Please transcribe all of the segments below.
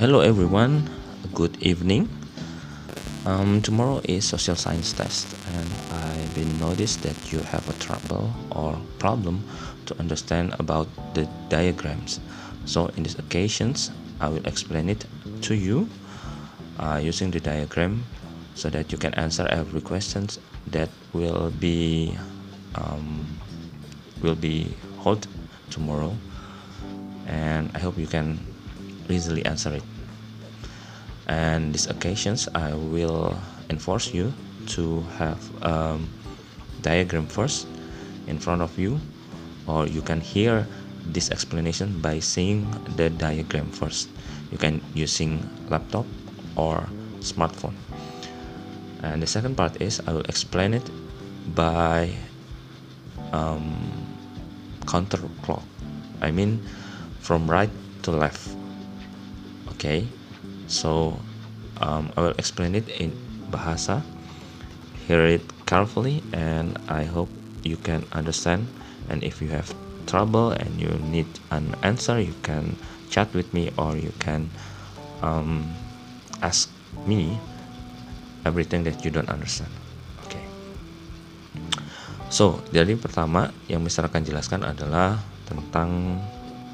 Hello everyone, good evening. Tomorrow is social science test, and I've been noticed that you have a trouble or problem to understand about the diagrams. So in these occasions, I will explain it to you using the diagram, so that you can answer every questions that will be held tomorrow, and I hope you can easily answer it. And these occasions I will enforce you to have a diagram first in front of you, or you can hear this explanation by seeing the diagram first. You can using laptop or smartphone. And the second part is I will explain it by counterclock. I mean from right to left. Okay, so I will explain it in bahasa. Hear it carefully, and I hope you can understand. And if you have trouble and you need an answer, you can chat with me, or you can ask me everything that you don't understand. Okay. So dari pertama yang Mister akan jelaskan adalah tentang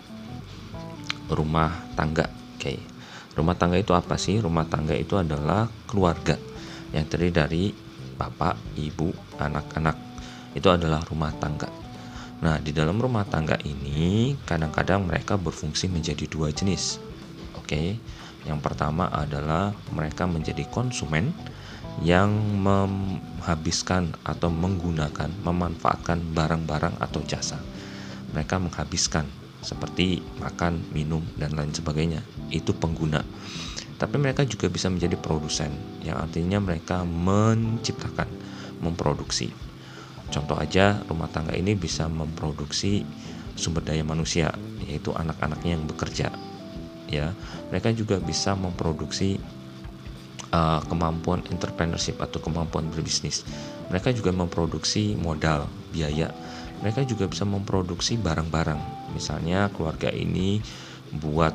rumah tangga. Okay. Rumah tangga itu apa sih? Rumah tangga itu adalah keluarga yang terdiri dari bapak, ibu, anak-anak. Itu adalah rumah tangga. Nah, di dalam rumah tangga ini kadang-kadang mereka berfungsi menjadi dua jenis. Oke. Yang pertama adalah mereka menjadi konsumen yang menghabiskan atau menggunakan, memanfaatkan barang-barang atau jasa. Mereka menghabiskan seperti makan, minum, dan lain sebagainya. Itu pengguna. Tapi mereka juga bisa menjadi produsen, yang artinya mereka menciptakan, memproduksi. Contoh aja, rumah tangga ini bisa memproduksi sumber daya manusia, yaitu anak-anaknya yang bekerja. Ya, mereka juga bisa memproduksi kemampuan entrepreneurship atau kemampuan berbisnis. Mereka juga memproduksi modal, biaya. Mereka juga bisa memproduksi barang-barang. Misalnya keluarga ini buat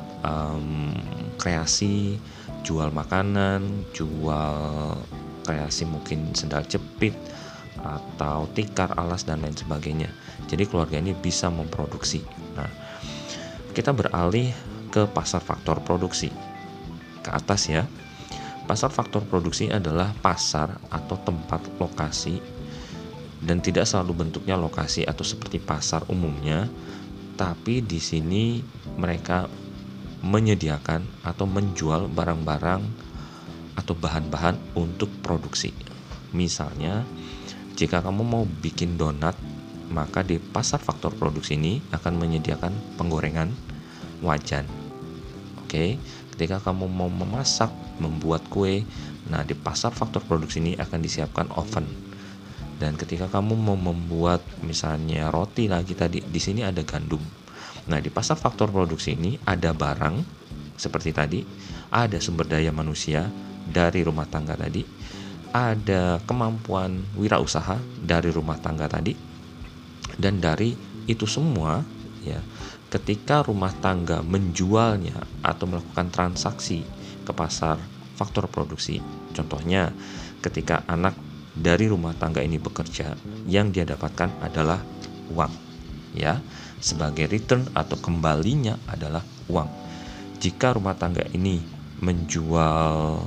kreasi, jual makanan, jual kreasi mungkin sendal jepit atau tikar, alas, dan lain sebagainya. Jadi keluarga ini bisa memproduksi. Nah, kita beralih ke pasar faktor produksi. Ke atas ya. Pasar faktor produksi adalah pasar atau tempat lokasi, dan tidak selalu bentuknya lokasi atau seperti pasar umumnya, tapi di sini mereka menyediakan atau menjual barang-barang atau bahan-bahan untuk produksi. Misalnya, jika kamu mau bikin donat, maka di pasar faktor produksi ini akan menyediakan penggorengan, wajan. Oke, ketika kamu mau memasak, membuat kue, nah di pasar faktor produksi ini akan disiapkan oven. Dan ketika kamu mau membuat misalnya roti lagi tadi, di sini ada gandum. Nah, di pasar faktor produksi ini ada barang seperti tadi, ada sumber daya manusia dari rumah tangga tadi, ada kemampuan wirausaha dari rumah tangga tadi, dan dari itu semua ya, ketika rumah tangga menjualnya atau melakukan transaksi ke pasar faktor produksi, contohnya ketika anak dari rumah tangga ini bekerja, yang dia dapatkan adalah uang, ya, sebagai return atau kembalinya adalah uang. Jika rumah tangga ini menjual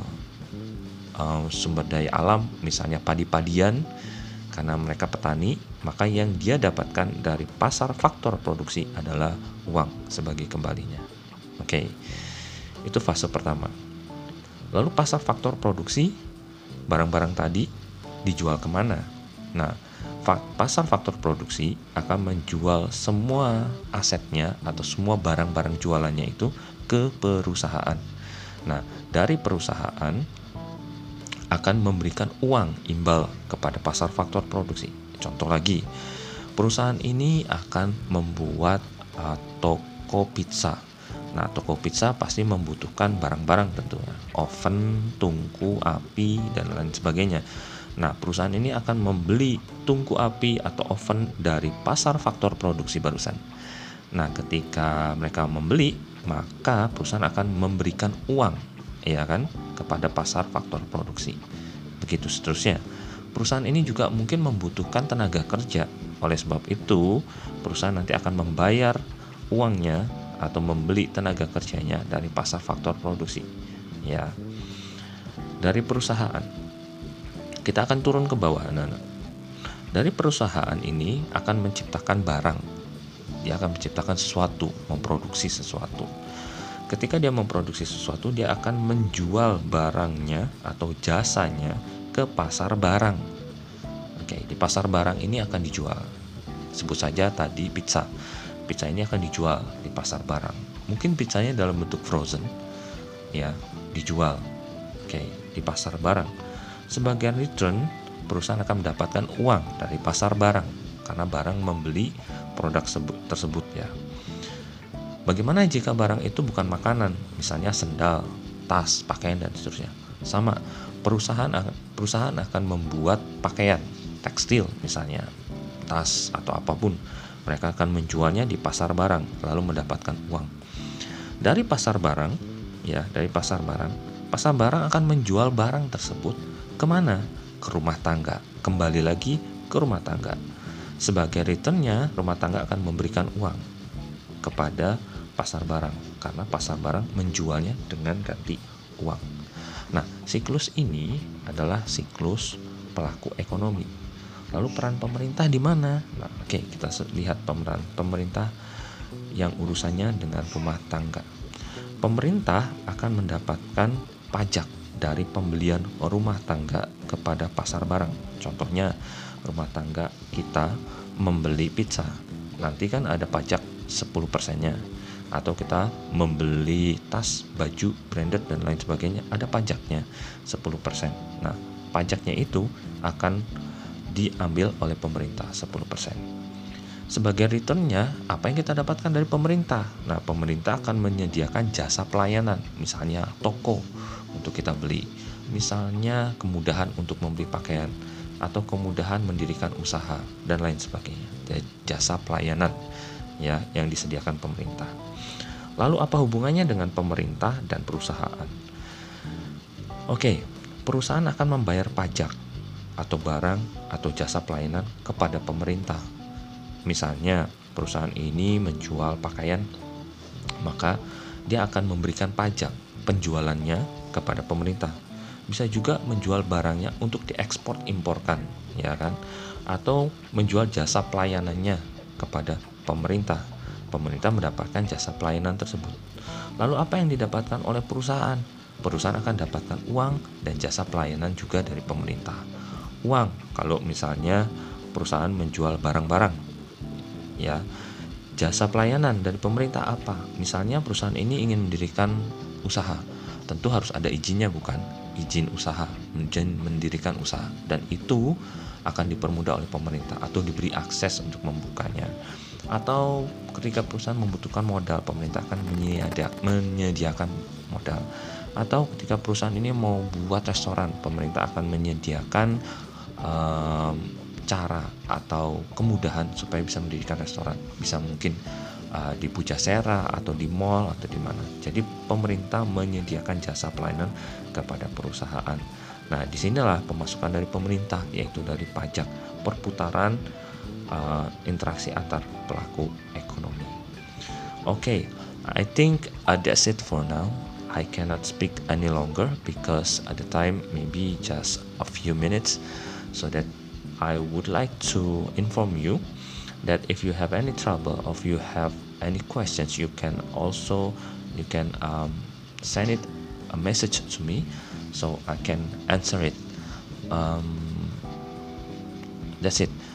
sumber daya alam, misalnya padi-padian, karena mereka petani, maka yang dia dapatkan dari pasar faktor produksi adalah uang sebagai kembalinya. Oke, itu fase pertama. Lalu pasar faktor produksi, barang-barang tadi dijual kemana? Nah, pasar faktor produksi akan menjual semua asetnya atau semua barang-barang jualannya itu ke perusahaan. Nah, dari perusahaan akan memberikan uang imbal kepada pasar faktor produksi. Contoh lagi, perusahaan ini akan membuat toko pizza. Nah, toko pizza pasti membutuhkan barang-barang tentunya, oven, tungku, api, dan lain sebagainya. Nah, perusahaan ini akan membeli tungku api atau oven dari pasar faktor produksi barusan. Nah, ketika mereka membeli, maka perusahaan akan memberikan uang, ya kan, kepada pasar faktor produksi. Begitu seterusnya. Perusahaan ini juga mungkin membutuhkan tenaga kerja. Oleh sebab itu, perusahaan nanti akan membayar uangnya atau membeli tenaga kerjanya dari pasar faktor produksi. Ya. Dari perusahaan, kita akan turun ke bawah, anak-anak. Dari perusahaan ini akan menciptakan barang. Dia akan menciptakan sesuatu, memproduksi sesuatu. Ketika dia memproduksi sesuatu, dia akan menjual barangnya atau jasanya ke pasar barang. Oke, di pasar barang ini akan dijual. Sebut saja tadi pizza. Pizza ini akan dijual di pasar barang. Mungkin pizzanya dalam bentuk frozen, ya, dijual. Oke, di pasar barang. Sebagian return, perusahaan akan mendapatkan uang dari pasar barang karena barang membeli produk tersebut, ya. Bagaimana jika barang itu bukan makanan, misalnya sendal, tas, pakaian, dan seterusnya? Sama, perusahaan akan membuat pakaian, tekstil misalnya, tas atau apapun. Mereka akan menjualnya di pasar barang, lalu mendapatkan uang. Dari pasar barang, ya, pasar barang akan menjual barang tersebut kemana? Ke rumah tangga. Kembali lagi ke rumah tangga. Sebagai returnnya, rumah tangga akan memberikan uang kepada pasar barang, karena pasar barang menjualnya dengan ganti uang. Nah, siklus ini adalah siklus pelaku ekonomi. Lalu peran pemerintah di mana? Nah, oke, kita lihat peran pemerintah yang urusannya dengan rumah tangga. Pemerintah akan mendapatkan pajak dari pembelian rumah tangga kepada pasar barang. Contohnya, rumah tangga kita membeli pizza, nanti kan ada pajak 10%-nya. Atau kita membeli tas, baju, branded, dan lain sebagainya, ada pajaknya 10%. Nah, pajaknya itu akan diambil oleh pemerintah 10%. Sebagai returnnya, apa yang kita dapatkan dari pemerintah? Nah, pemerintah akan menyediakan jasa pelayanan, misalnya toko untuk kita beli, misalnya kemudahan untuk membeli pakaian, atau kemudahan mendirikan usaha, dan lain sebagainya. Jasa pelayanan, ya, yang disediakan pemerintah. Lalu apa hubungannya dengan pemerintah dan perusahaan? Oke, perusahaan akan membayar pajak atau barang atau jasa pelayanan kepada pemerintah. Misalnya, perusahaan ini menjual pakaian, maka dia akan memberikan pajak penjualannya kepada pemerintah. Bisa juga menjual barangnya untuk diekspor imporkan, ya kan? Atau menjual jasa pelayanannya kepada pemerintah. Pemerintah mendapatkan jasa pelayanan tersebut. Lalu apa yang didapatkan oleh perusahaan? Perusahaan akan dapatkan uang dan jasa pelayanan juga dari pemerintah. Uang, kalau misalnya perusahaan menjual barang-barang, ya. Jasa pelayanan dari pemerintah apa? Misalnya perusahaan ini ingin mendirikan usaha, tentu harus ada izinnya, bukan? Izin usaha, mendirikan usaha, dan itu akan dipermudah oleh pemerintah atau diberi akses untuk membukanya. Atau ketika perusahaan membutuhkan modal, pemerintah akan menyediakan modal. Atau ketika perusahaan ini mau buat restoran, pemerintah akan menyediakan cara atau kemudahan supaya bisa mendirikan restoran. Bisa mungkin di Pujasera atau di mall atau di mana. Jadi pemerintah menyediakan jasa pelayanan kepada perusahaan. Nah, disinilah pemasukan dari pemerintah, yaitu dari pajak, perputaran interaksi antar pelaku ekonomi. Okay, I think that's it for now. I cannot speak any longer because at the time maybe just a few minutes, so that I would like to inform you that if you have any trouble or if you have any questions, you can send it a message to me so I can answer it. That's it.